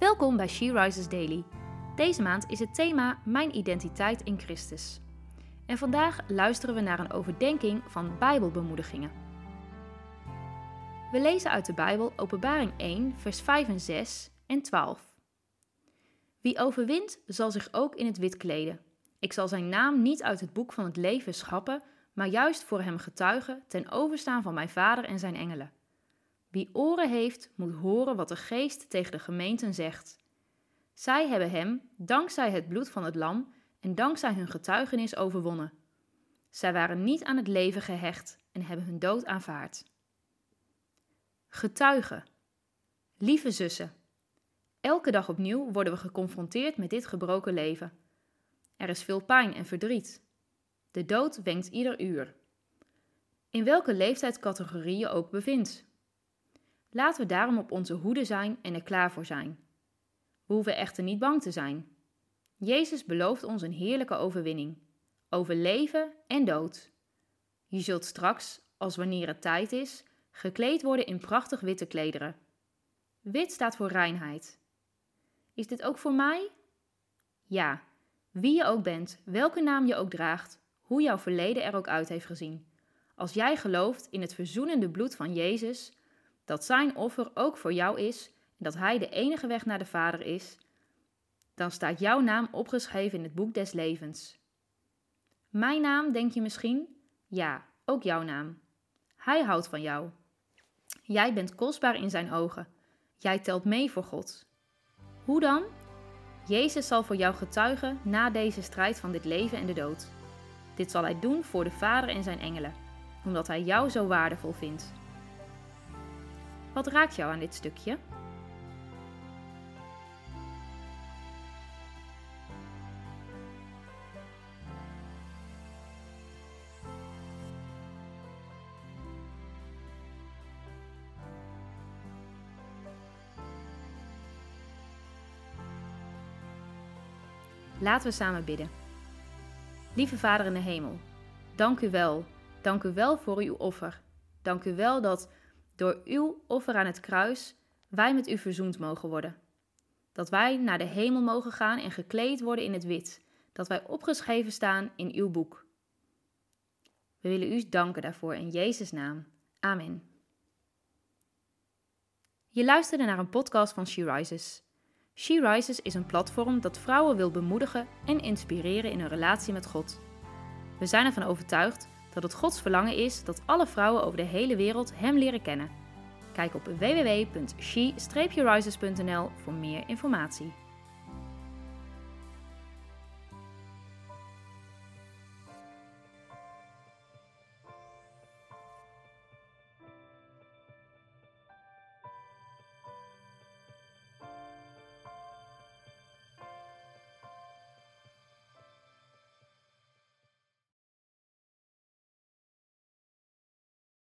Welkom bij She Rises Daily. Deze maand is het thema Mijn identiteit in Christus. En vandaag luisteren we naar een overdenking van Bijbelbemoedigingen. We lezen uit de Bijbel Openbaring 1, vers 5 en 6 en 12. Wie overwint, zal zich ook in het wit kleden. Ik zal zijn naam niet uit het boek van het leven schrappen, maar juist voor hem getuigen ten overstaan van mijn Vader en zijn engelen. Wie oren heeft, moet horen wat de Geest tegen de gemeenten zegt. Zij hebben hem, dankzij het bloed van het lam en dankzij hun getuigenis overwonnen. Zij waren niet aan het leven gehecht en hebben hun dood aanvaard. Getuigen. Lieve zussen, elke dag opnieuw worden we geconfronteerd met dit gebroken leven. Er is veel pijn en verdriet. De dood wenkt ieder uur. In welke leeftijdscategorie je ook bevindt. Laten we daarom op onze hoede zijn en er klaar voor zijn. We hoeven echter niet bang te zijn. Jezus belooft ons een heerlijke overwinning. Over leven en dood. Je zult straks, als wanneer het tijd is, gekleed worden in prachtig witte klederen. Wit staat voor reinheid. Is dit ook voor mij? Ja, wie je ook bent, welke naam je ook draagt, hoe jouw verleden er ook uit heeft gezien. Als jij gelooft in het verzoenende bloed van Jezus, dat zijn offer ook voor jou is en dat hij de enige weg naar de Vader is, dan staat jouw naam opgeschreven in het boek des levens. Mijn naam, denk je misschien? Ja, ook jouw naam. Hij houdt van jou. Jij bent kostbaar in zijn ogen. Jij telt mee voor God. Hoe dan? Jezus zal voor jou getuigen na deze strijd van dit leven en de dood. Dit zal hij doen voor de Vader en zijn engelen, omdat hij jou zo waardevol vindt. Wat raakt jou aan dit stukje? Laten we samen bidden. Lieve Vader in de hemel, dank u wel. Dank u wel voor uw offer. Dank u wel dat door uw offer aan het kruis wij met u verzoend mogen worden. Dat wij naar de hemel mogen gaan en gekleed worden in het wit. Dat wij opgeschreven staan in uw boek. We willen u danken daarvoor in Jezus' naam. Amen. Je luisterde naar een podcast van She Rises. She Rises is een platform dat vrouwen wil bemoedigen en inspireren in hun relatie met God. We zijn ervan overtuigd dat het Gods verlangen is dat alle vrouwen over de hele wereld hem leren kennen. Kijk op www.she-rises.nl voor meer informatie.